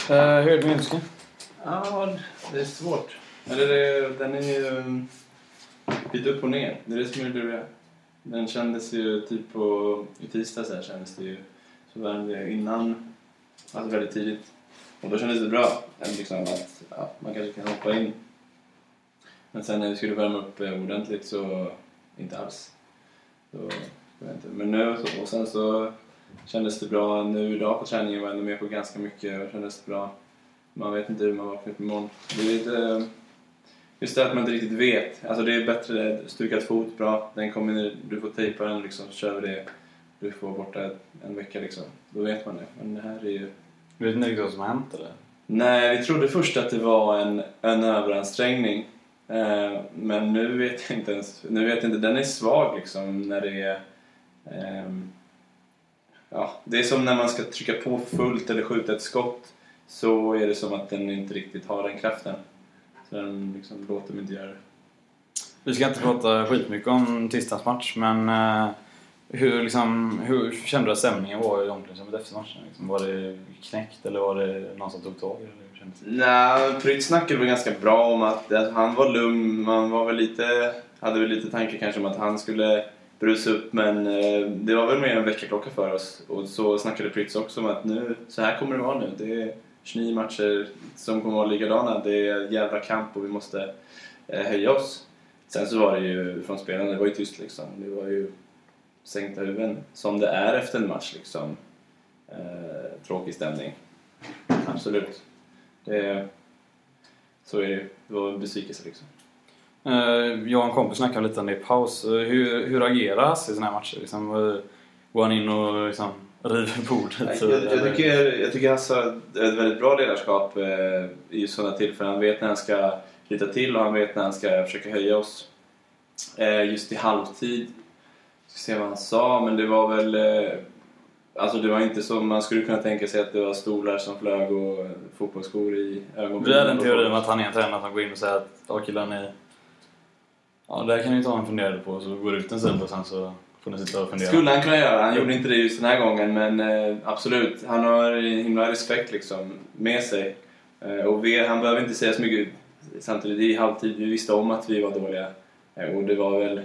Hur är det med Önske? Ja, det är svårt. Den är ju lite upp och ner. Det är det som är det. Den kändes ju typ i tisdags här kändes det ju så värmde innan, alltså väldigt tidigt. Och då kändes det bra liksom, att man kanske kan hoppa in. Men sen när vi skulle värma upp ordentligt så inte alls. Så, jag vet inte. Men nu och sen så kändes det bra nu idag på träningen, var ändå med på ganska mycket och kändes det bra. Man vet inte hur man vaknar upp imorgon. Det är lite, just det att man inte riktigt vet. Alltså det är bättre, stukat fot, bra. Den kommer, du får tejpa den liksom, så kör vi det. Du får borta en vecka liksom. Då vet man det. Men det här är ju... Vet ni vad som har hänt eller? Nej, vi trodde först att det var en överansträngning. Men nu vet jag inte ens. Nu vet jag inte, den är svag liksom när det är... Ja, det är som när man ska trycka på fullt eller skjuta ett skott. Så är det som att den inte riktigt har den kraften. Så den liksom låter mig inte göra det. Vi ska inte prata skitmycket om tisdagens match, men hur kände du att stämningen var i omklädningsrummet efter matchen? Liksom, var det knäckt eller var det någon som tog tag? Nej, Prytz snackade väl ganska bra om att han var lugn. Man var väl hade väl lite tankar kanske om att han skulle brusa upp, men det var väl mer en veckaklocka för oss. Och så snackade Prytz också om att nu, så här kommer det vara nu. Det är 29 matcher som kommer vara likadana. Det är jävla kamp och vi måste höja oss. Sen så var det ju från spelarna, det var ju tyst liksom. Det var ju sänkta huvuden som det är efter en match liksom. Tråkig stämning. Absolut. Så är det ju. Det var en besvikelse liksom. Jag och en kompis snackade lite om det i paus. Hur agerar Hasse i såna här matcher? Liksom, går han in och liksom river bordet? Jag tycker Hasse har ett väldigt bra ledarskap i sådana tillfällen. Han vet när han ska lita till och han vet när han ska försöka höja oss. Just i halvtid, ska se vad han sa, men det var väl alltså det var inte som man skulle kunna tänka sig att det var stolar som flög och fotbollsskor i ögonen. Det är den teorin att han är en tränare som går in och säger att killarna är... Ja, det här kan ni ta en funderare på, så går ut en stund och sen så får ni sitta och fundera. Skulle han kunna göra, han gjorde inte det just den här gången, men absolut, han har himla respekt liksom med sig. Och han behöver inte säga så mycket. Samtidigt i halvtid, vi visste om att vi var dåliga. Och det var väl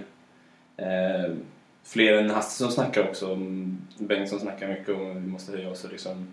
fler än Hasse som snackar också. Bengtsson snackar mycket om att vi måste höja oss liksom.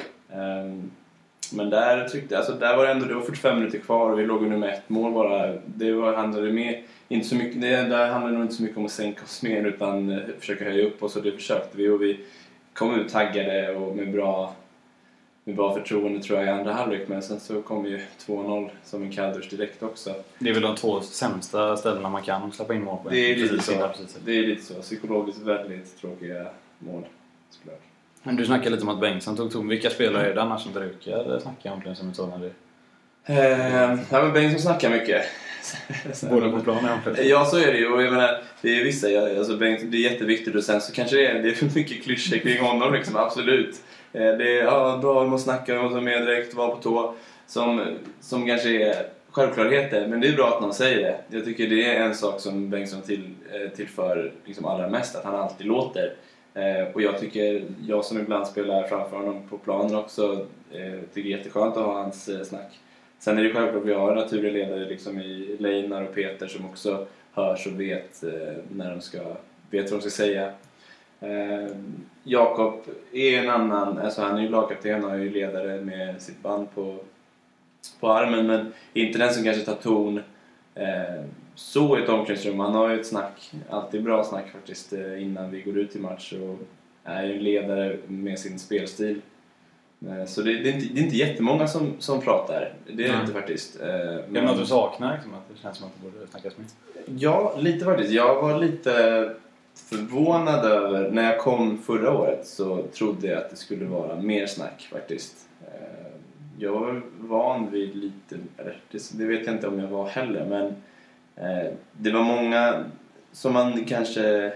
Men där var det ändå, det var 45 minuter kvar och vi låg under med ett mål bara. Handlade nog inte så mycket om att sänka oss mer utan försöka höja upp oss, och det försökte vi, och vi kom ut taggade och med bra förtroende tror jag i andra halvlek, men sen så kom ju 2-0 som en kalldusch direkt också. Det är väl de två sämsta ställena man kan släppa in mål på. Det är lite så. Psykologiskt väldigt tråkiga mål, såklart. Men du snackade lite om att Bengtsson tog tom. Vilka spelare är det annars som brukar snacka om som en sådan? Ja, men Bengtsson snackar mycket. Både på planen och på. Ja, så är det ju. Och jag menar, det är vissa, alltså Bengtsson, det är jätteviktigt, och sen så kanske det är för mycket klyschor kring honom liksom, absolut. Det är bra, vi måste snacka och med direkt, vara på tå, som kanske är självklarheter, men det är bra att någon säger det. Jag tycker det är en sak som Bengtsson tillför liksom allra mest, att han alltid låter. Och jag som ibland spelar framför honom på planen också tycker det är jätteskönt att ha hans snack. Sen är det självklart att vi har naturliga ledare liksom i Leinar och Peter som också hörs och vet vad de ska säga. Jakob är en annan, alltså han är ju lagkapten och är ju ledare med sitt band på armen, men inte den som kanske tar ton så i ett omklädningsrum. Han har ju ett snack, alltid bra snack faktiskt, innan vi går ut i match, och är ju ledare med sin spelstil. Så det är inte jättemånga som pratar. Det är det inte faktiskt. Är det något du saknar? Liksom, att det känns som att det borde snackas med? Ja, lite faktiskt. Jag var lite förvånad över, när jag kom förra året så trodde jag att det skulle vara mer snack faktiskt. Jag var van vid lite, eller det vet jag inte om jag var heller, men det var många som man kanske...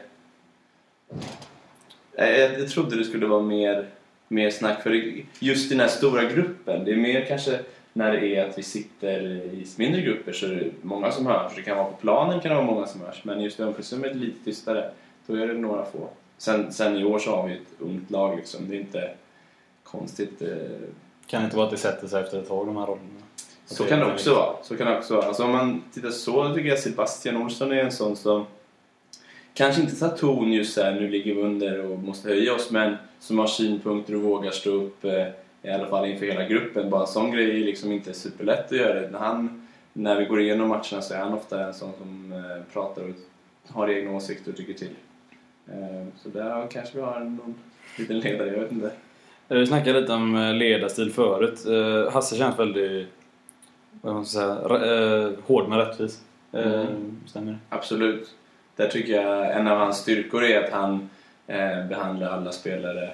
Jag trodde det skulle vara mer snack, för just i den här stora gruppen. Det är mer kanske när det är att vi sitter i mindre grupper, så är det många som hörs. Det kan vara på planen, kan det vara många som hörs, men just i omklädningsrummet är lite tystare. Då är det några få. Sen i år så har vi ett ungt lag liksom. Det är inte konstigt. Kan det inte vara att det sätter sig efter ett tag, de här rollerna? Så kan det också vara. Alltså om man tittar så tycker jag Sebastian Olsson är en sån som kanske inte tar ton just här, nu ligger vi under och måste höja oss, men som har synpunkter och vågar stå upp i alla fall inför hela gruppen. Bara en sån grej är liksom inte superlätt att göra. När vi går igenom matcherna så är han ofta en sån som pratar och har egna åsikter och tycker till. Så där kanske vi har någon liten ledare, jag vet inte. Vi snackade lite om ledarstil förut. Hasse känns väldigt, vad man ska säga, hård men rättvis. Stämmer det? Absolut. Där tycker jag en av hans styrkor är att han behandlar alla spelare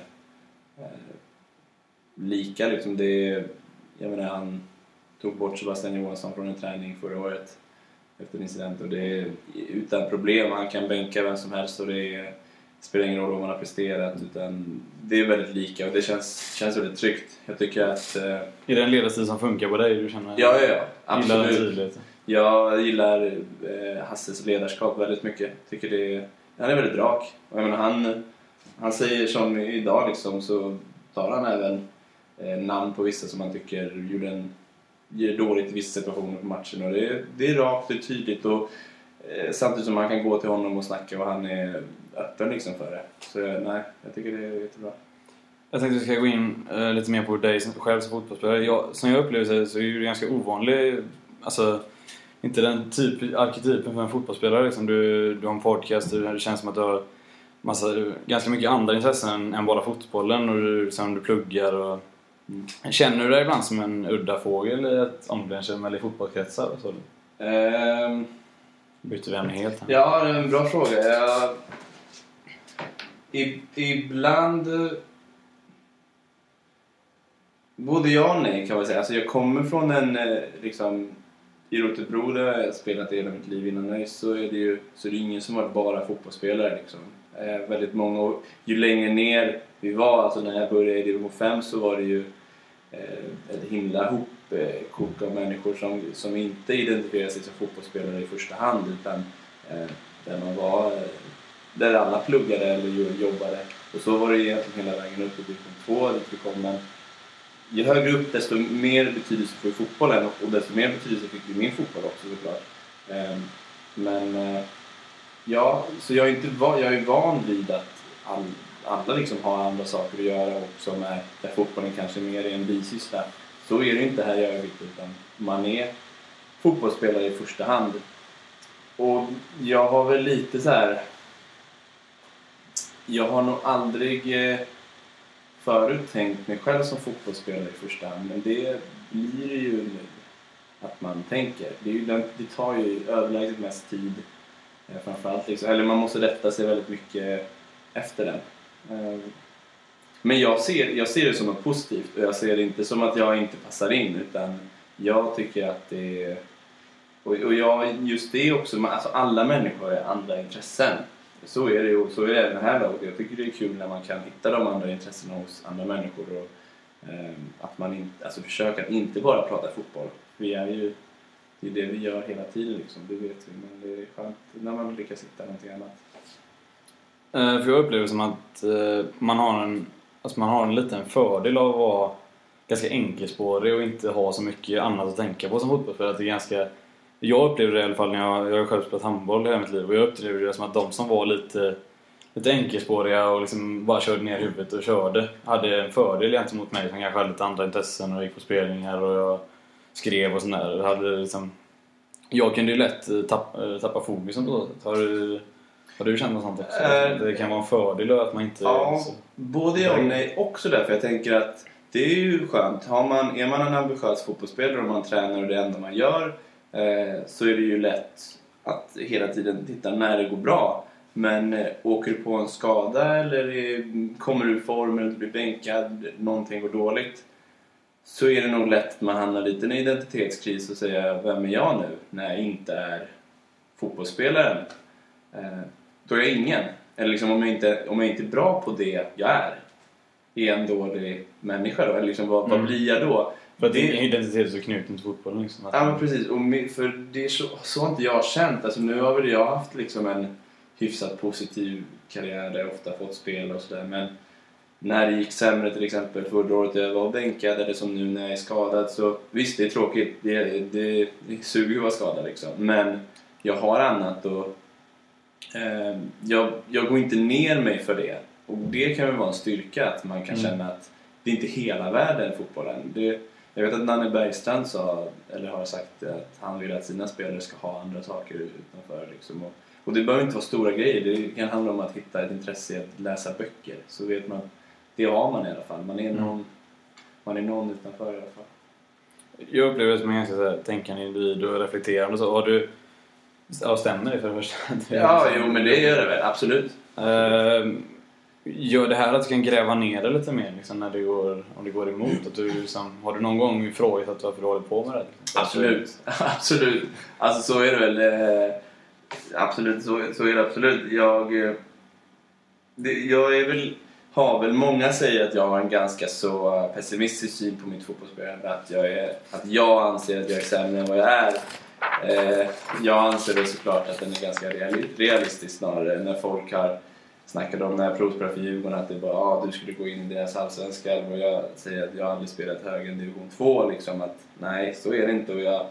lika. Liksom jag menar, han tog bort Sebastian Johansson från en träning förra året efter en incident, och det är utan problem. Han kan bänka vem som helst och det spelar ingen roll om man har presterat, utan det är väldigt lika och det känns väldigt tryggt. Jag tycker att... Är det en ledarstil som funkar på dig? Du känner, ja, absolut. Gillar jag gillar Hasses ledarskap väldigt mycket. Tycker han är väldigt rak. Och jag menar, han säger som idag liksom, så tar han även namn på vissa som han tycker ger dåligt i vissa situationer på matchen. Och det är rakt, det är tydligt, och samtidigt som man kan gå till honom och snacka och han är öppen liksom för det. Så nej, jag tycker det är jättebra. Jag tänkte att vi ska gå in lite mer på dig själv som fotbollsspelare. Som jag upplever det så är det ganska ovanlig, alltså inte den arketypen för en fotbollsspelare liksom. Du har en podcast, det känns som att du har ganska mycket andra intressen än bara fotbollen, och du pluggar och känner du dig ibland som en udda fågel i ett omklädningsrum eller i fotbollskretsar? Så? Byter vi ämne helt här. Ja, det är en bra fråga. Ibland både ja och nej kan man säga. Alltså jag kommer från en liksom, i Rotebro där jag spelat hela mitt liv innan mig, så är det ingen som var bara fotbollsspelare liksom. Väldigt många, och ju längre ner vi var, alltså när jag började i division 5 så var det ju ett himla hopkok av människor som inte identifierade sig som fotbollsspelare i första hand, utan där alla pluggade eller jobbade, och så var det egentligen hela vägen upp i division 2 dit vi kom. Men ju högre upp desto mer betydelse för fotbollen, och desto mer betydelse fick ju min fotboll också såklart. Ja, så jag är van vid att alla liksom har andra saker att göra, och som är där fotbollen kanske mer är en bisyssla. Så är det inte här i Örnsköldsvik, utan man är fotbollsspelare i första hand. Och jag har väl lite så här, jag har nog aldrig förut tänkt mig själv som fotbollsspelare i första hand, men det blir ju nu att man tänker. Det tar ju överlägset mest tid framförallt liksom, eller man måste rätta sig väldigt mycket efter den. Men jag ser det som något positivt, och jag ser det inte som att jag inte passar in, utan jag tycker att det är, och just det också, alltså alla människor har andra intressen. Så är det ju, så är det även här då. Jag tycker det är kul när man kan hitta de andra intressena hos andra människor, och att man inte, alltså försöka att inte bara prata fotboll. Det är det vi gör hela tiden liksom, det vet vi, men det är skönt när man lyckas hitta någonting annat. För jag upplever som att man har en liten fördel av att vara ganska enkelspårig och inte ha så mycket annat att tänka på som fotbollsspelare. Det är ganska, jag upplever det i alla fall när jag har själv spelat handboll hela mitt liv, och jag upplever det som att de som var lite enkelspåriga och liksom bara körde ner huvudet och körde hade en fördel gentemot mig som kanske hade lite andra intressen och gick på spelningar och jag skrev och sådär. Jag kunde ju lätt tappa fokusen på det. Har du känt något sånt också? Det kan vara en fördel att man inte... Ja, både jag och nej också därför. Jag tänker att det är ju skönt. Är man en ambitiös fotbollsspelare och man tränar och det enda man gör, så är det ju lätt att hela tiden titta när det går bra. Men åker du på en skada eller kommer du i form eller blir bänkad, någonting går dåligt, så är det nog lätt att man hamnar lite i en identitetskris och säger, vem är jag nu när jag inte är fotbollsspelaren? Då är jag ingen. Eller liksom, om jag inte är bra på det jag är en dålig människa då? Eller liksom, vad blir jag då? För att din identitet är så knuten till fotbollen liksom. Ja, men precis. För det är så inte jag känt. Alltså, nu har väl jag haft liksom en hyfsat positiv karriär där jag ofta fått spela och sådär. Men när det gick sämre till exempel förra året jag var bänkad eller som nu när jag är skadad, så visst det är tråkigt, det suger att vara skadad liksom. Men jag har annat och jag går inte ner mig för det. Och det kan väl vara en styrka att man kan känna att det är inte hela världen fotbollen. Jag vet att Nanne Bergstrand har sagt att han vill att sina spelare ska ha andra saker utanför liksom. Och det behöver inte vara stora grejer. Det kan handla om att hitta ett intresse i att läsa böcker. Så vet man, det har man i alla fall. Man är någon utanför i alla fall. Jag upplever det som en ganska så här, tänkande individ och reflekterande. Så har du... Ja, stämmer det för det första? Ja, jo, men det gör det väl. Absolut. Gör det här att du kan gräva ner det lite mer liksom, när det går, om det går emot? Att du, liksom, har du någon gång frågat att varför du håller på med det? Liksom? Absolut. Alltså så är det väl. Absolut, så är det absolut. Jag är väl... Har väl många säger att jag har en ganska så pessimistisk syn på mitt fotbollsspelande, att jag anser att jag är sämre än vad jag är. Jag anser det såklart att den är ganska realistisk snarare. När folk har snackat om när jag provspelar för Djurgården att det bara du skulle gå in i deras allsvenska, och jag säger att jag aldrig spelat högre än division 2 liksom, att nej, så är det inte.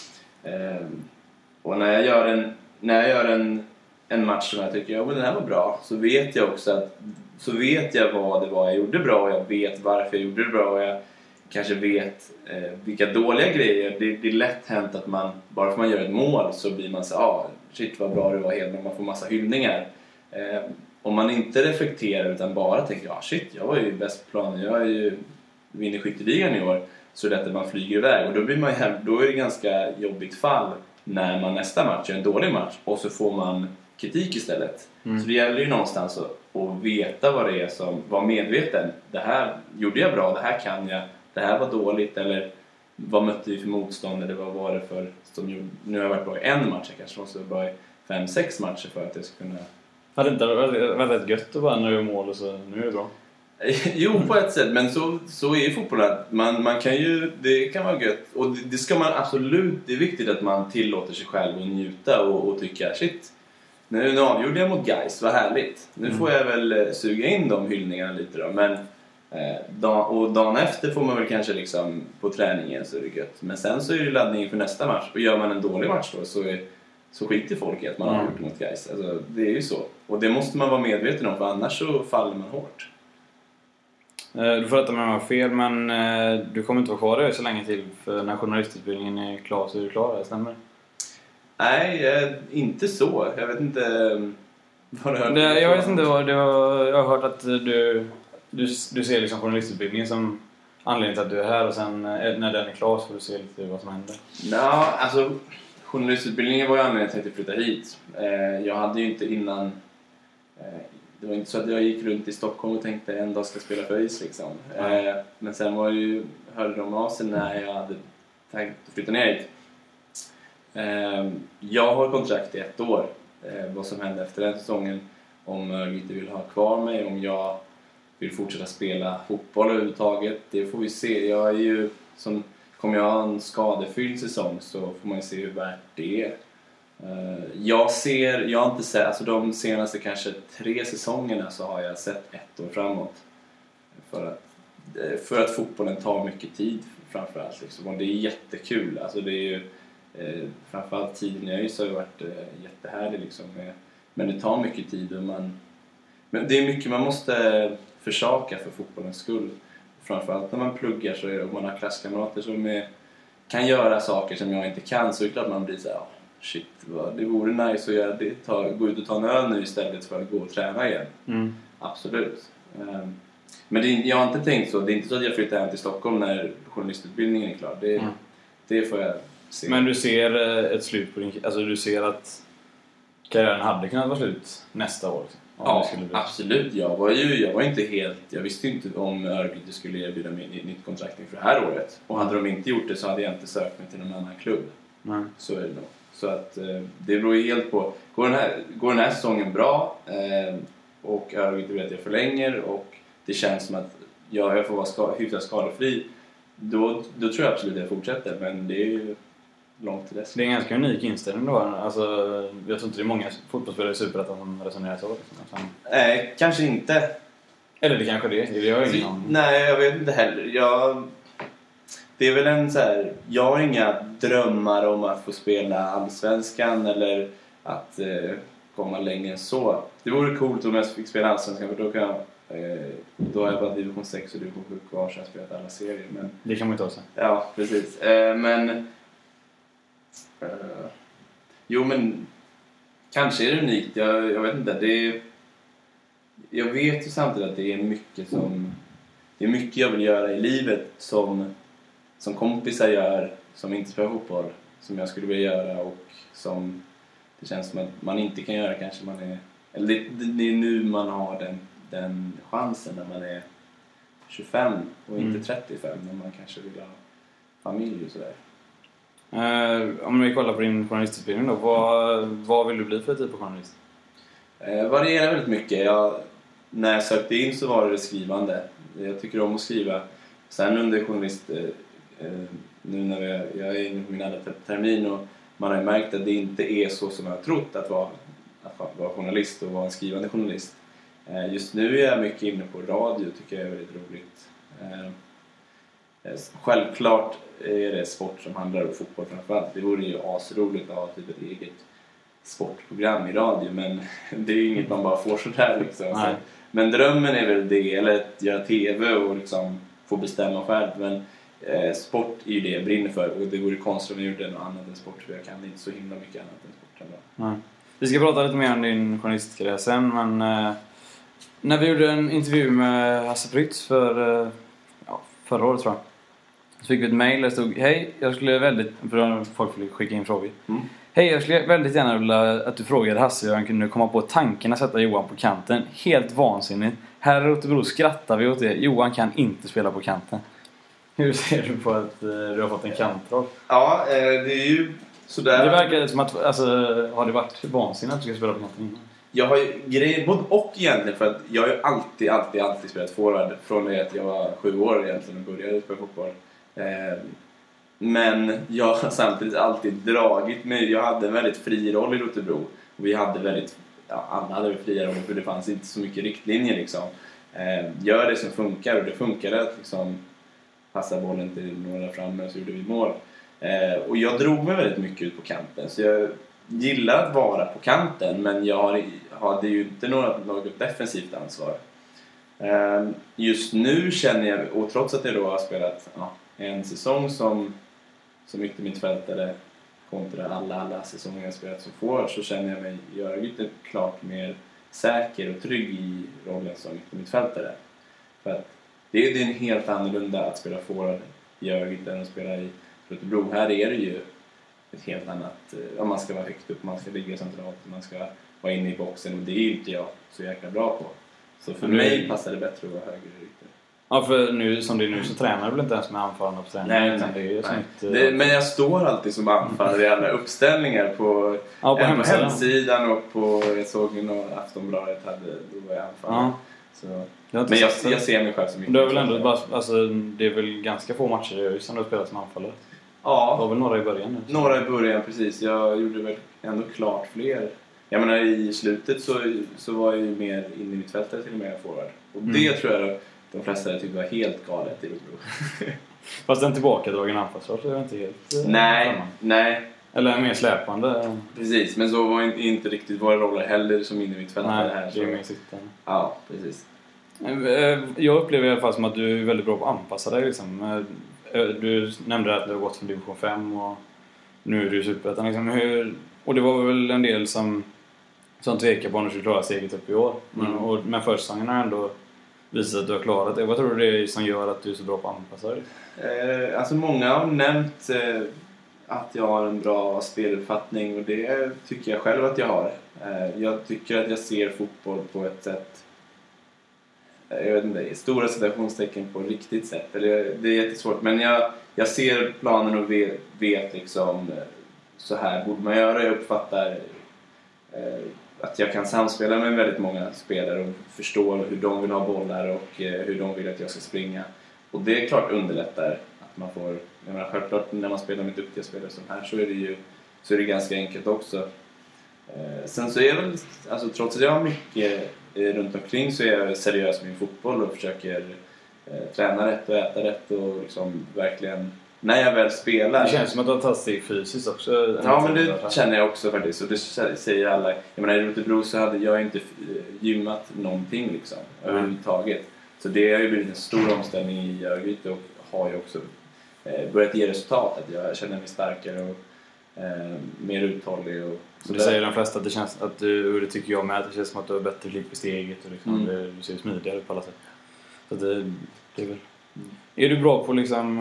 Och när jag gör en match som jag tycker men den här var bra, så vet jag också att vad det var jag gjorde bra, och jag vet varför jag gjorde det bra, och jag kanske vet vilka dåliga grejer. Det är lätt hänt att man, bara för att man gör ett mål så blir man så shit vad bra det var helt, man får massa hyllningar. Om man inte reflekterar utan bara tänker shit, jag var ju bäst på planen, jag är ju vinner skytteligan i år, så det att man flyger iväg, och då är det ganska jobbigt fall när man nästa match gör en dålig match och så får man kritik istället. Så det gäller ju någonstans att veta vad det är som var medveten. Det här gjorde jag bra, det här kan jag, det här var dåligt, eller vad mötte vi för motstånd, eller vad var det för som gjorde, nu har jag varit bra i en match, jag kanske måste vara bra i 5-6 matcher för att jag ska kunna... Hade det inte varit rätt gött att bara när du gör mål och så nu är det bra? Jo, på ett sätt, men så är fotbollen. Man kan ju, det kan vara gött, och det ska man absolut, det är viktigt att man tillåter sig själv att njuta och tycka shit, nu avgjorde jag mot Gais, vad härligt. Nu får jag väl suga in de hyllningarna lite då, men dagen efter får man väl kanske liksom på träningen så är det gött. Men sen så är det laddning för nästa match, och gör man en dålig match då så skiter folk i att man har gjort mot Gais. Alltså, det är ju så. Och det måste man vara medveten om, för annars så faller man hårt. Du får rätta mig om jag har fel, men du kommer inte vara kvar där så länge till, för när journalistutbildningen är klar så är du klar, stämmer det? Nej, inte så. Jag vet inte vad du hört. Jag vet inte vad det var. Jag har hört att du ser liksom journalistutbildningen som anledning till att du är här, och sen när den är klar så får du se lite vad som händer. Ja, alltså journalistutbildningen var ju anledningen till att jag flyttade hit. Jag hade ju inte innan... Det var inte så att jag gick runt i Stockholm och tänkte en dag ska spela för ÖIS liksom. Men sen hörde de av sig när jag hade tänkt att flytta ner hit. Jag har kontrakt i 1 år. Vad som händer efter den säsongen, om Örgryte vill ha kvar mig, om jag vill fortsätta spela fotboll överhuvudtaget, det får vi se. Kommer jag ha en skadefylld säsong så får man ju se hur värt det är. Jag har inte sett, alltså de senaste kanske 3 säsongerna så har jag sett 1 år framåt, för att fotbollen tar mycket tid framförallt liksom. Och det är jättekul, alltså det är ju framförallt tiden i ÖIS har ju varit jättehärlig liksom, men det tar mycket tid, och men det är mycket man måste försaka för fotbollens skull. Framförallt när man pluggar så är det, och man har klasskamrater som kan göra saker som jag inte kan, så är det klart man blir så här, shit, det vore nice att göra det, gå ut och ta en öl nu istället för att gå och träna igen. Absolut. Men jag har inte tänkt så. Det är inte så att jag flyttar hem till Stockholm när journalistutbildningen är klar. Det får jag se. Men du ser ett slut på din... Alltså du ser att karriären hade kunnat vara slut nästa år? Ja, absolut. Jag var inte helt... Jag visste inte om Örgryte skulle erbjuda mig ett nytt kontrakt för det här året. Och hade de inte gjort det så hade jag inte sökt mig till någon annan klubb. Så är det nog. Så att det beror ju helt på... Går den här säsongen bra och Örgryte vet att jag förlänger och det känns som att jag får vara hyfsat skadefri, då tror jag absolut att jag fortsätter, men det är ju långt till dess. Det är en ganska unik inställning då. Alltså, jag tror inte det är många fotbollsspelare i Superettan som resonerar så. Nej, kanske inte. Eller det kanske det har jag ingen aning. Nej, jag vet inte heller. Det är väl en så här, jag har inga drömmar om att få spela Allsvenskan eller att komma längre än så. Det vore coolt om jag fick spela Allsvenskan, för då har jag bara division 6 och division 7 kvar, så jag har spelat alla serier. Men, det kan man ju ta sig. Ja, precis. Jo, men kanske är det unikt. Jag vet inte. Jag vet ju samtidigt att det är mycket jag vill göra i livet som kompisar gör, som inte spelar fotboll, som jag skulle vilja göra, och som det känns som att man inte kan göra kanske man är, eller det är nu man har den chansen när man är 25 och inte 35, när man kanske vill ha familj och sådär. Om vi kollar på din journalistutbildning då, vad vill du bli för typ av journalist? Varierar väldigt mycket. När jag sökte in så var det skrivande. Jag tycker om att skriva. Sen under journalist, nu när jag är inne på min andra termin, och man har ju märkt att det inte är så som jag har trott att vara journalist och vara en skrivande journalist. Just nu är jag mycket inne på radio, tycker jag är väldigt roligt. Självklart är det sport som handlar om fotboll framförallt. Det vore ju asroligt att ha typ ett eget sportprogram i radio, men det är inget man bara får sådär liksom. Så, men drömmen är väl det, eller att göra tv och liksom få bestämma själv. Men sport är ju det jag brinner för, och det vore konstigt om jag gjorde något annat än sport, för jag kan inte så himla mycket annat än sport ändå. Vi ska prata lite mer om din journalistkarriär sen, men när vi gjorde en intervju med Hasse Prytz förra året, tror jag, så fick vi ett mejl där det stod: hej, jag skulle väldigt, för folk fick skicka in frågor. Hej, jag skulle väldigt gärna vilja att du frågade Hasse hur han kunde komma på tanken att sätta Johan på kanten. Helt vansinnigt. Här i Rotebro skrattar vi åt det. Johan kan inte spela på kanten. Hur ser du på att du har fått en kantroll? Ja, det är ju sådär. Det verkar som att, alltså, har det varit vansinnigt att du ska spela på kanten innan? Jag har ju grejer både och egentligen, för att jag har ju alltid spelat forward från det att jag var 7 år egentligen och började spela fotboll. Men jag har samtidigt alltid dragit mig. Jag hade en väldigt fri roll i Rotebro. Och vi hade alla hade fria roller, för det fanns inte så mycket riktlinjer liksom. Gör det som funkar, och det funkade att liksom passa bollen till några framme, så gjorde vi mål. Och jag drog mig väldigt mycket ut på kanten, så jag gillar att vara på kanten, men jag hade ju inte något defensivt ansvar. Just nu känner jag, och trots att jag då har spelat en säsong som yttermittfältare kontra alla säsonger jag spelat som forward, så känner jag mig lite klart mer säker och trygg i rollen som yttermittfältare. För att det är en helt annorlunda att spela forward i Örgryte än att spela i Rotebro. Här är det ju ett helt annat, man ska vara högt upp, man ska ligga centralt, man ska vara inne i boxen, och det är inte jag så jäkla bra på. Så för mig passar det bättre att vara högre ytter. Ja, för nu, som det är nu så tränar du väl inte ens med anfallande på träning? Nej. Men jag står alltid som anfallare i alla uppställningar på hemsidan och på, jag såg ju Aftonbladet då var jag anfallare. Så. Men jag ser mig själv som mycket. Det är väl ändå bara, alltså, det är väl ganska få matcher som du har spelat som anfallare? Ja. Det var väl några i början nu? Några i början, precis. Jag gjorde väl ändå klart fler. Jag menar, i slutet så var jag ju mer inne i mittfältare till och med forward. Och det tror jag de flesta tyckte var helt galet i Rotebro. Fast en tillbakadragen anfallsroll är inte helt... Nej. Eller mer släpande. Precis, men så var inte riktigt våra roller heller som inne i mittfältare här. Det är mer sittande. Ja, precis. Jag upplever i alla fall som att du är väldigt bra på att anpassa dig liksom. Du nämnde att du har gått från division 5 och nu är du i Superettan liksom. Och det var väl en del som tvekar på om du skulle klara steget upp i år. Men försäsongen har ändå visat att du har klarat det. Vad tror du det är som gör att du är så bra på att anpassa dig? Alltså många har nämnt att jag har en bra speluppfattning, och det tycker jag själv att jag har. Jag tycker att jag ser fotboll på ett sätt, jag vet inte, stora citationstecken på riktigt sätt. Eller, det är jättesvårt, men jag ser planen och vet liksom, så här borde man göra. Jag uppfattar att jag kan samspela med väldigt många spelare och förstå hur de vill ha bollar och hur de vill att jag ska springa. Och det är klart underlättar att man får, jag menar, självklart när man spelar med duktiga spelare som här så är det ganska enkelt också. Sen så är väl, alltså trots att jag har runt omkring så är jag seriös med min fotboll och försöker träna rätt och äta rätt och liksom verkligen, när jag väl spelar. Det känns som att du har tagit steg fysiskt också. Ja, men det känner jag också faktiskt, och det säger alla. Jag menar, i Rotebro så hade jag inte gymmat någonting liksom överhuvudtaget. Så det har ju blivit en stor omställning i Örgryte och har ju också börjat ge resultat, att jag känner mig starkare och mer uthållig och det säger de flesta att det känns att du, och det tycker jag med, att det känns som att du har bättre klipp i steget och liksom, du ser smidigare ut på alla sätt. Så det är väl. Är du bra på liksom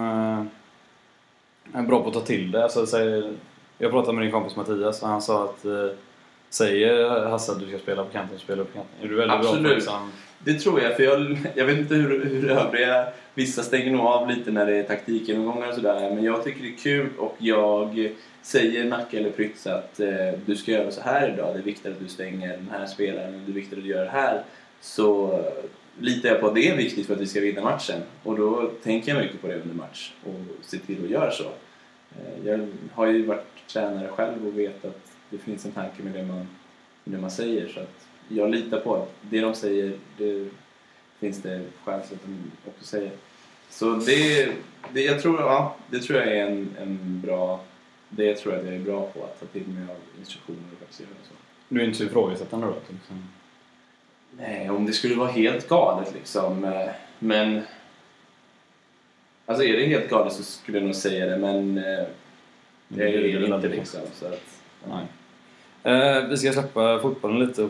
bra på att ta till det? Alltså, jag pratade med din kompis Mattias och han sa att säger Hasse att du ska spela på kanten, spela på kanten. Är du väldigt Absolut. bra på liksom? Det tror jag, för jag vet inte hur övriga, vissa stänger nog av lite när det är taktikgenomgångar och sådär, men jag tycker det är kul och jag säger Nacka eller Prytz att du ska göra så här idag, det är viktigt att du stänger den här spelaren, det är viktigt att du gör det här, så litar jag på att det är viktigt för att vi ska vinna matchen, och då tänker jag mycket på det under match och ser till att göra så. Jag har ju varit tränare själv och vet att det finns en tanke med det man säger, så att jag litar på att det de säger, det finns det chans att de också säger. Så jag tror jag är en bra, det tror jag att jag är bra på, att ta till mig av instruktioner och faktiskt göra så. Du är inte så ifrågasättande då? Liksom. Nej, om det skulle vara helt galet liksom, men alltså är det helt galet så skulle jag nog säga det, men det är det inte liksom, så att, nej. Vi ska släppa fotbollen lite och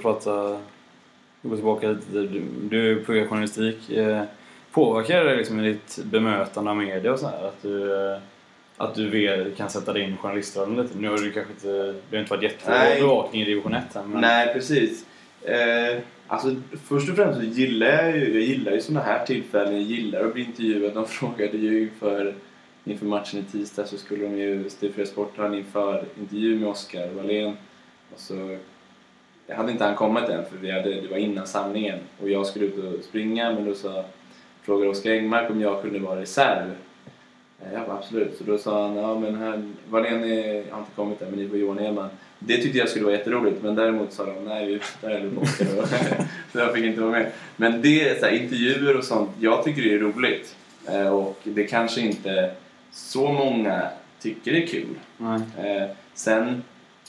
gå tillbaka lite. Du pluggar journalistik. Påverkar det liksom i ditt bemötande av media och så här, att du kan sätta dig in i journalistrollen lite? Nu har du kanske inte, det har inte varit jättebra bevakning i division 1 här, men... Nej, precis. Alltså, först och främst så gillar jag såna här tillfällen. Jag gillar att bli intervjuad. De frågade ju inför matchen i tisdag, så skulle de ju Stifra Sport ha en inför intervju med Oskar Wallén. Och så jag hade inte han kommit än, för det var innan samlingen och jag skulle ut och springa, men då frågade Oskar Engmark om jag kunde vara reserv. Jag bara absolut, så då sa han, ja men här Wallén har inte kommit än, men ni får Johan Edman. Det tyckte jag skulle vara jätteroligt, men däremot sa de, nej där är du Oskar. Så jag fick inte vara med. Men det är så här, intervjuer och sånt, jag tycker det är roligt, och det kanske inte så många tycker det är kul. Sen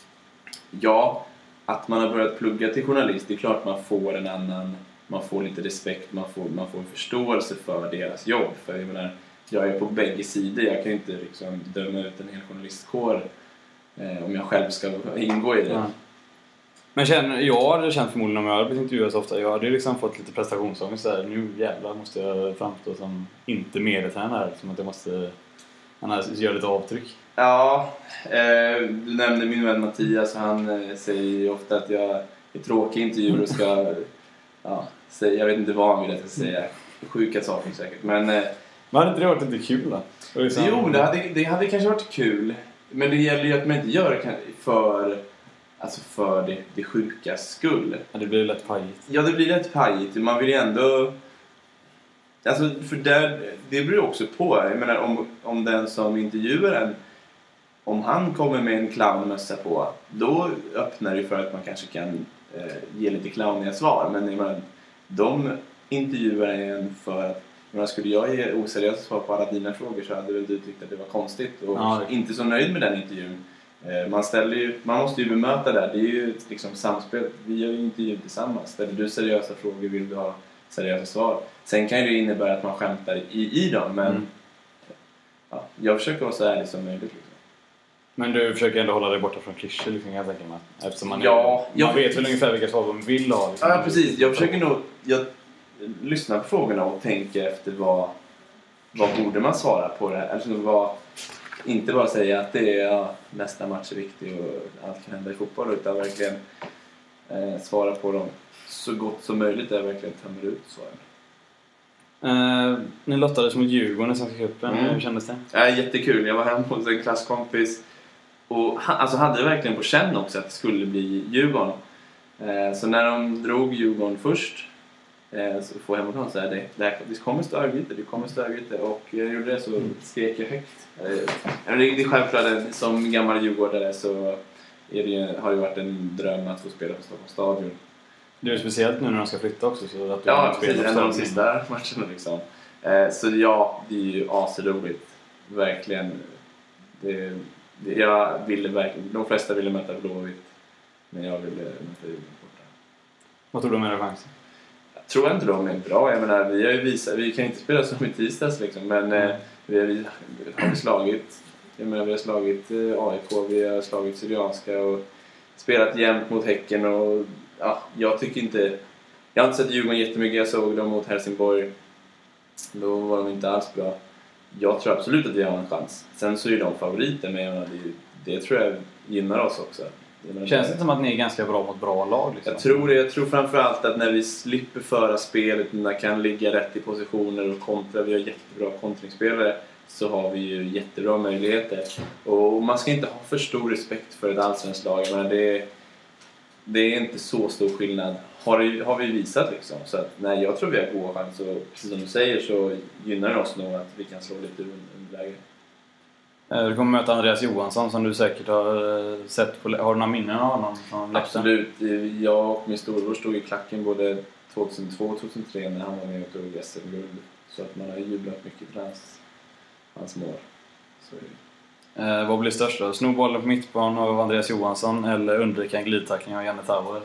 ja, att man har börjat plugga till journalist, det är klart man får lite respekt, man får en förståelse för deras jobb. För jag menar, jag är på bägge sidor, jag kan ju inte liksom döma ut en hel journalistkår om jag själv ska ingå i det. Ja. Men jag hade känt förmodligen, om jag hade blivit intervjuad så ofta, jag hade liksom fått lite prestationsångest så här, nu jävlar måste jag framstå som inte medietränare, som att jag måste göra lite avtryck. Ja, du nämnde min vän Mattias, han säger ju ofta att jag är tråkig intervjuer och ska säga, jag vet inte vad han vill att jag ska säga, sjuka saker säkert, men hade inte det varit lite kul då? Jo, det hade kanske varit kul, men det gäller ju att man inte gör det för det sjuka skull. Ja, det blir lätt pajigt. Ja, det blir lätt pajigt, man vill ju ändå, alltså för det beror också på. Jag menar, om den som intervjuar en, om han kommer med en clownmössa på, då öppnar det för att man kanske kan ge lite clowniga svar. Men jag menar, de intervjuar en för att, skulle jag ge oseriösa svar på alla dina frågor, så hade väl du tyckt att det var konstigt och inte så nöjd med den intervjun. Man måste ju bemöta det. Det är ju liksom samspel. Vi gör ju intervju tillsammans. Ställer du seriösa frågor, vill du ha seriösa svar. Sen kan det innebära att man skämtar i dem, men jag försöker vara så ärlig som möjligt liksom. Men du försöker ändå hålla dig borta från klyschor liksom, jag tänker mig. Eftersom man vet väl ungefär vilka svar man vill ha liksom. Ja, precis. Jag försöker nog lyssna på frågorna och tänka efter vad borde man svara på det här. Alltså inte bara säga att det är nästa match är viktig och allt kan hända i fotboll, utan verkligen svara på dem så gott som möjligt, där jag verkligen tömmer ut svaren. Ni lottades mot Djurgården i Svenska cupen. Hur kändes det? Jättekul. Jag var hemma hos en klasskompis och hade det verkligen på känn också att det skulle bli Djurgården. Så när de drog Djurgården först, så får jag hem och säga det kommer stå Örgryte, och jag gjorde det, så skrek jag högt. Det är självklart, som gammal djurgårdare så har det varit en dröm att få spela på Stockholms stadion. Det är speciellt nu när de ska flytta också. Så att ja, precis. En av de sista matcherna liksom. Så ja, det är ju asroligt. Verkligen. Jag ville verkligen... De flesta ville möta Blåvitt. Men jag ville möta Djurgården borta. Vad tror du om era chanser? Jag tror inte de är bra. Jag menar, vi har ju visat... Vi kan inte spela som i tisdags liksom. Men vi har slagit... Jag menar, vi har slagit AIK. Vi har slagit Syrianska och spelat jämnt mot Häcken. Och ja, jag tycker inte... Jag har inte sett Djurgården jättemycket. Jag såg dem mot Helsingborg. Då var de inte alls bra. Jag tror absolut att vi har en chans. Sen så är de favoriter, men det tror jag gynnar oss också. Känns det som att ni är ganska bra mot bra lag? Liksom? Jag tror det. Jag tror framförallt att när vi slipper föra spelet, när vi kan ligga rätt i positioner och kontra, vi har jättebra kontringsspelare, så har vi ju jättebra möjligheter. Och man ska inte ha för stor respekt för ett allsvenskt lag. Men det är inte så stor skillnad. Har vi visat liksom. Så att, nej, jag tror vi har god chans. Och precis som du säger så gynnar det oss nog att vi kan slå lite underläge. Du kommer möta Andreas Johansson som du säkert har sett på. Har du några minnen av honom från läktaren? Absolut. Jag och min storbror stod i klacken både 2002 och 2003 när han var med och tog SM-guld. Så att man har jublat mycket för hans mål. Så vad blir störst då? Snowbollen på mittplan av Andreas Johansson eller undvika en glidtackling av Janne Tauer?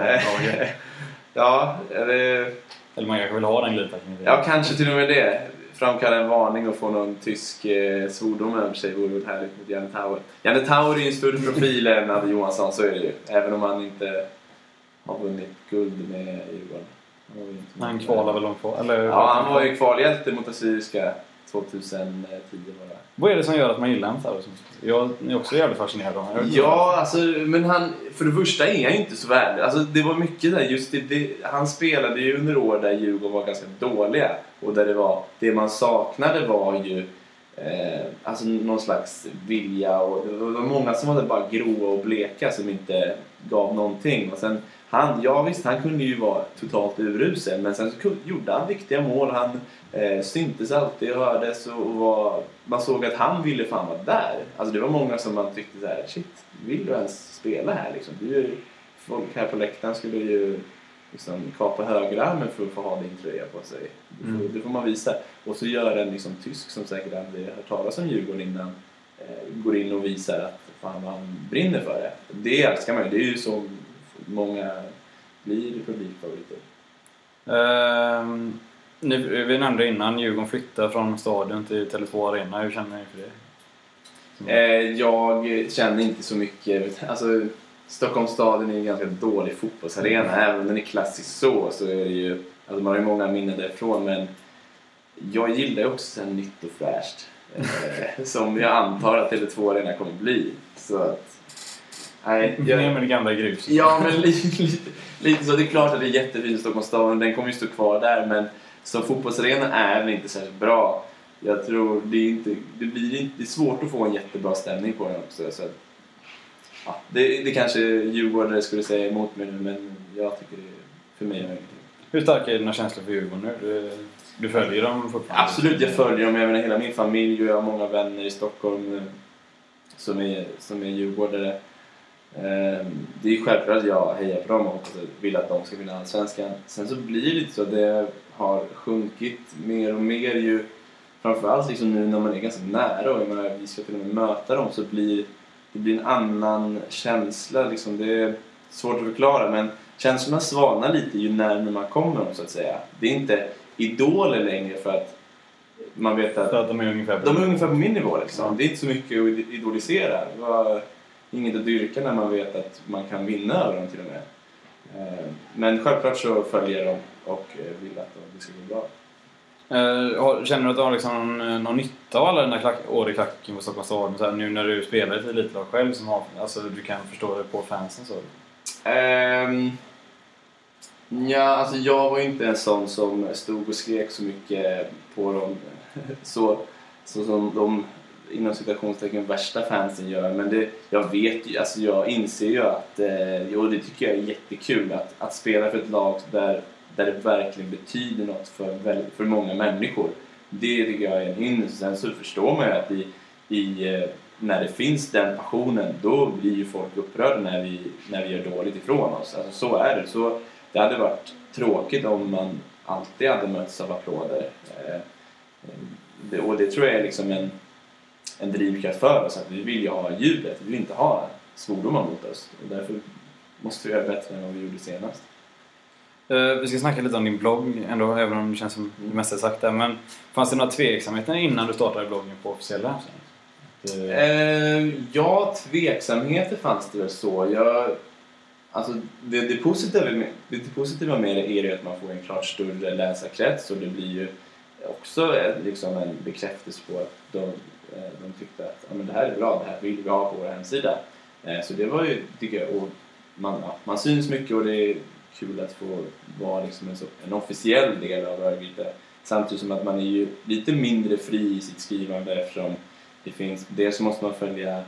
Ja, eller man kanske vill ha den glidtacklingen. Ja, kanske till och med det. Framkalla en varning och få någon tysk svordom över sig vore väl härligt mot Janne Tauer. Janne Tauer är ju en större profil än Andreas Johansson, så är det ju. Även om han inte har vunnit guld med Djurgården. Han kvalar väl långt på? Eller? Ja, han var ju kvalhjälte mot Assyriska 2010 bara. Vad är det som gör att man gillar honom? Jag är också jävligt fascinerad av honom. Ja, alltså, men han, för det första är han inte så värd. Alltså, det var mycket där, just han spelade ju under år där Djurgården var ganska dåliga. Och där det man saknade var ju alltså någon slags vilja. Och det var många som var bara gråa och bleka som inte gav någonting. Och sen han kunde ju vara totalt urusel, men sen så gjorde han viktiga mål. Han syntes alltid och hördes och man såg att han ville fan vara där. Alltså det var många som man tyckte så här: shit, vill du ens spela här liksom? Folk här på läktaren skulle ju liksom kapa högerarmen för att få ha din tröja på sig. Det får man visa. Och så gör en liksom tysk som säkert aldrig har talat om Djurgården innan går in och visar att fan han brinner för det. Det älskar man ju. Det är ju så många blir publikfavoriter. Vi nämnde innan Djurgården flyttar från stadion till Tele2 Arena. Hur känner ni för det? Jag känner inte så mycket. Alltså, Stockholms stadion är en ganska dålig fotbollsarena. Även om den är klassisk så är det ju... Alltså, man har ju många minnen därifrån, men jag gillar ju också sen nytt och fräscht. Som jag antar att Tele2 Arena kommer bli. Så att... Nej, ner med det gamla gruset. Ja, men lite så. Det är klart att det är jättefint Stockholms stadion. Den kommer ju stå kvar där, men som fotbollsarena är den inte särskilt bra. Jag tror det är svårt att få en jättebra stämning på den också. Så, ja, det kanske Djurgården skulle säga emot mig nu, men jag tycker det för mig är möjligt. Hur starka är dina känslor för Djurgården nu? Du följer dem fortfarande? Absolut, jag följer dem. Jag menar, hela min familj och jag har många vänner i Stockholm som är djurgårdare. Det är ju självklart att jag hejar på dem och vill att de ska vinna Allsvenskan. Sen så blir det lite så att det har sjunkit mer och mer ju, framförallt liksom nu när man är ganska nära och jag menar, vi ska till och med möta dem, så blir det en annan känsla liksom. Det är svårt att förklara, men känslorna svalnar lite ju närmare man kommer dem, så att säga. Det är inte idoler längre för att man vet att de är ungefär på min nivå liksom. Ja. Det är inte så mycket att idolisera. Det var inget att dyrka när man vet att man kan vinna över dem till och med. Men självklart så följer de och vill att det ska gå bra. Känner du att du har liksom någon nytta av alla den där år i klacken på Stockholms stadion? Så här, nu när du spelar ett elitlag själv som har, alltså du kan förstå det på fansen så? Ja, alltså jag var inte en sån som stod och skrek så mycket på dem så som de inom citationstecken värsta fansen gör, men jag vet ju, alltså jag inser ju att det tycker jag är jättekul att spela för ett lag där det verkligen betyder något för många människor. Det tycker jag är en ynnest. Sen så förstår man ju att när det finns den passionen, då blir ju folk upprörda när vi gör dåligt ifrån oss. Alltså så är det. Så det hade varit tråkigt om man alltid hade mötts av applåder. Och det tror jag är liksom en drivkraft för oss, att vi vill ju ha jublet, vi vill inte ha svordomar mot oss, och därför måste vi göra bättre än vad vi gjorde senast. Vi ska snacka lite om din blogg ändå, även om det känns som det mesta är sagt där. Men fanns det några tveksamheter innan du startade bloggen på officiella? Ja, tveksamheter fanns det väl så. Alltså det positiva med det är ju att man får en klart större läsarkrets, och det blir ju också liksom en bekräftelse på att de tyckte att men det här är bra, det här vill vi ha på vår hemsida. Så det var ju, tycker jag, och man syns mycket, och det är kul att få vara liksom en officiell del av Örgryte. Samtidigt som att man är ju lite mindre fri i sitt skrivande, eftersom det finns, dels måste man följa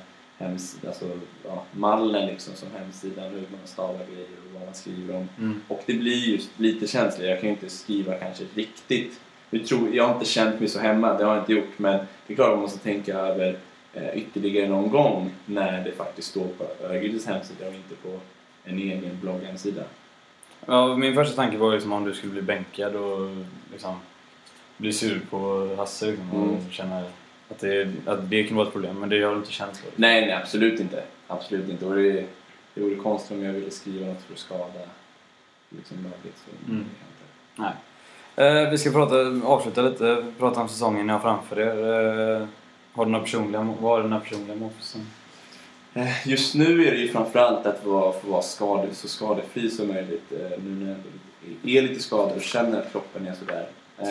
mallen liksom som hemsidan, hur man stavar grejer och vad man skriver om. Och det blir ju lite känsligt. Jag kan ju inte skriva kanske riktigt. Jag har inte känt mig så hemma, det har jag inte gjort, men det är klart att man måste tänka över ytterligare någon gång när det faktiskt står på Örgrytes hemsida och inte på en egen blogghemsida. Ja, min första tanke var liksom om du skulle bli bänkad och liksom bli sur på Hasse liksom, och känna att det kan vara ett problem, men det har du inte känt så. Nej, absolut inte. Absolut inte. Och det vore konstigt om jag ville skriva något för att skada liksom laget. Nej. Vi ska avsluta lite, prata om säsongen ni har framför er. Har du några personliga mål? Just nu är det ju framförallt att få vara så skadefri som möjligt. Nu när jag är lite skadad och känner att kroppen är sådär.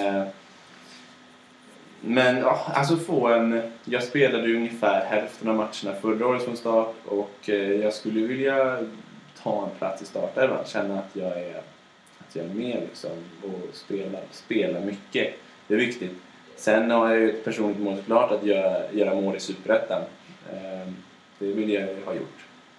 Men ja, alltså jag spelade ju ungefär hälften av matcherna förra året från start, och jag skulle vilja ta en plats i startelvan, känna att jag är med liksom, och spela mycket. Det är viktigt. Sen har jag ju ett personligt mål klart att göra mål i Superettan. Det vill jag ha gjort.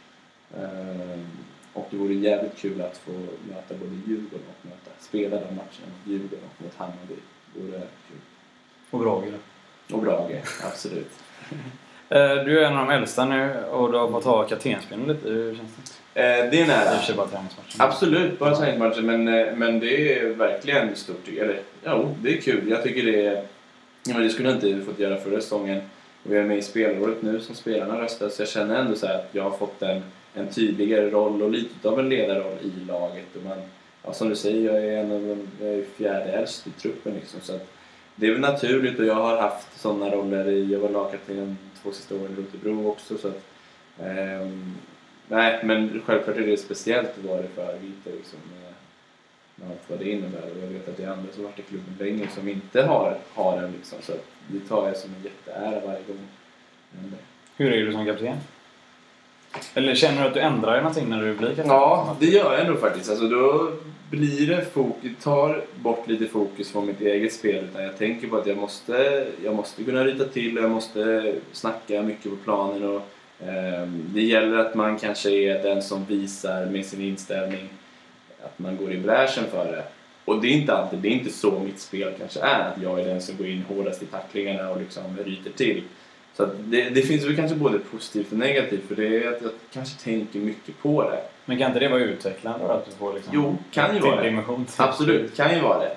Och det vore jävligt kul att få möta både Djurgården och spela den matchen mot Djurgården och mot Hammarby. Det vore kul. Och Brage. Och Brage, absolut. Du är en av de äldsta nu, och du har fått ha kaptensbindeln lite. Hur känns det? Det är nära. Du kör bara träningsmatchen. Absolut, bara träningsmatchen. Men det är verkligen stort. Det är kul. Jag tycker det skulle jag inte fått göra förra säsongen. Vi är med i spelåret nu som spelarna röstar, så jag känner ändå så här att jag har fått en tydligare roll och lite av en ledarroll i laget. Och som du säger, jag är fjärde äldst i truppen liksom, så att det är väl naturligt, och jag har haft sådana roller jag var lagkapten 2 sista åren i Rotebro också, så att nej, men självklart är det speciellt att vara det för Örgryte liksom, med allt vad det innebär, och jag vet att det är andra som varit i klubben länge som inte har den liksom, så att det tar jag som en jätteära varje gång. Hur är du som kapten? Eller känner du att du ändrar dig någonting när du blir kapten? Ja, det gör jag nog faktiskt. Alltså då blir det tar bort lite fokus från mitt eget spel, utan jag tänker på att jag måste kunna ryta till, och jag måste snacka mycket på planen, och det gäller att man kanske är den som visar med sin inställning att man går i bräschen för det. Och det är inte så mitt spel kanske är, att jag är den som går in hårdast i tacklingarna och liksom ryter till. Så att det finns väl kanske både positivt och negativt, för det är att jag kanske tänker mycket på det. Men kan inte det vara utvecklande att du får liksom... Jo, kan ju vara det. Absolut, kan ju vara det.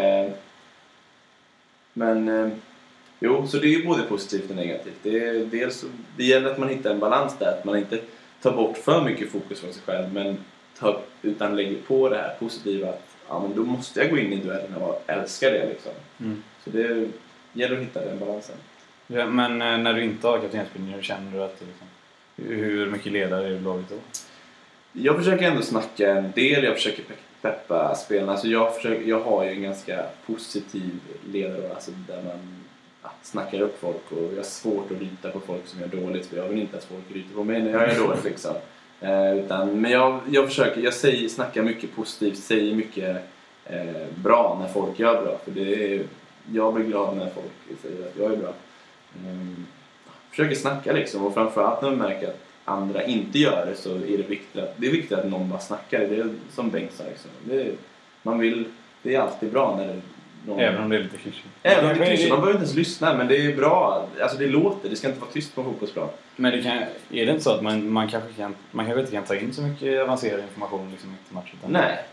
Så det är både positivt och negativt. Det gäller att man hittar en balans där, att man inte tar bort för mycket fokus från sig själv, utan lägger på det här positiva, att men då måste jag gå in i duellen och älska det liksom. Så det gäller att hitta den balansen. Ja, men när du inte har kaptensbindeln, hur känner du att liksom, hur mycket ledare är du laget då? Jag försöker ändå snacka en del, jag försöker peppa spelarna. Alltså jag har ju en ganska positiv ledare, alltså där man snackar upp folk, och jag har svårt att ryta på folk som gör dåligt, för jag vill inte att folk ryter på mig när jag gör dåligt liksom. Men jag försöker, snackar mycket positivt, säger mycket bra när folk gör bra, för jag blir glad när folk säger att jag är bra. Försöker snacka liksom, och framförallt när man märker att andra inte gör det, så är det viktigt att någon bara snackar. Det är som Bengt sa liksom. Det är alltid bra när någon... Även om det är lite klyschigt. Även om det är klyschigt, man behöver inte ens lyssna, men det är bra. Alltså det ska inte vara tyst på fotbollsplan. Men är det inte så att man kanske inte kan ta in så mycket avancerad information liksom, i matchen? Nej.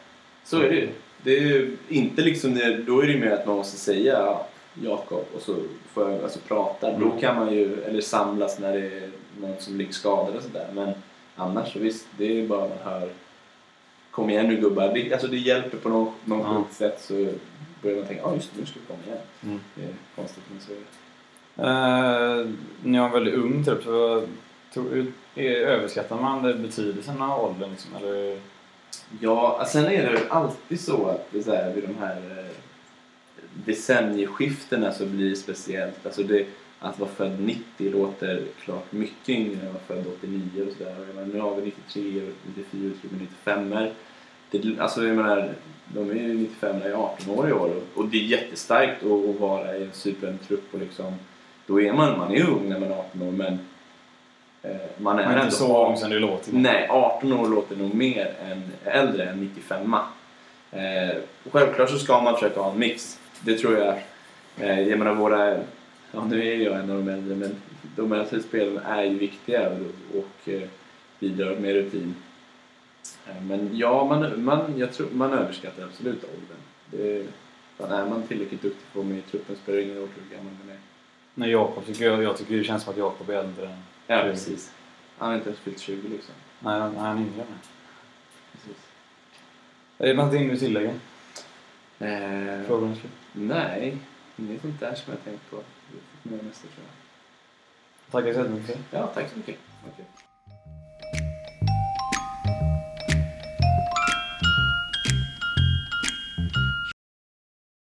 Så är det ju. Det är ju inte liksom då är det ju mer att man måste säga Jakob och så får jag alltså prata. Då kan man ju, eller samlas när det är någon som ligger skadad och sådär. Men annars så visst, det är ju bara man hör kom igen nu gubbar. Alltså det hjälper på någon sjukt sätt, så börjar man tänka, just nu ska vi komma igen. Det är konstigt, men så är det. När jag var väldigt ung typ, så överskattar man betydelsen av åldern liksom, eller? Ja, sen är det alltid så att det är så här, vid de här decennieskiftena så blir det speciellt. Alltså att vara född 90 låter klart mycket yngre än att vara född 89 och sådär. Nu har vi 93, 94, 95. Alltså jag menar, de är ju 95 i 18 år i år. Och det är jättestarkt att vara i en supertrupp och liksom, då är man är ung när man är 18 år, men man är inte så ung som det låter. Nej, 18 år låter nog mer äldre än 95. Självklart så ska man försöka ha en mix. Det tror jag. Jag menar nu är jag en av de äldre, men de äldre spelarna är ju viktiga och bidrar med rutin. Men ja, jag tror man överskattar absolut åldern. Är man tillräckligt duktig på med i truppen spelar ingen roll hur gammal man är. Nej, Jakob jag tycker det känns som att Jakob är äldre än... Ja, precis. Han har inte ens fyllt 20 liksom. Nej, han är yngre med. Precis. Är det någonting du tillägger? Frågan slut. Nej, inget sånt där som jag tänkt på. Det är mest, tror jag. Tackar så mycket. Ja, tack så mycket. Okay.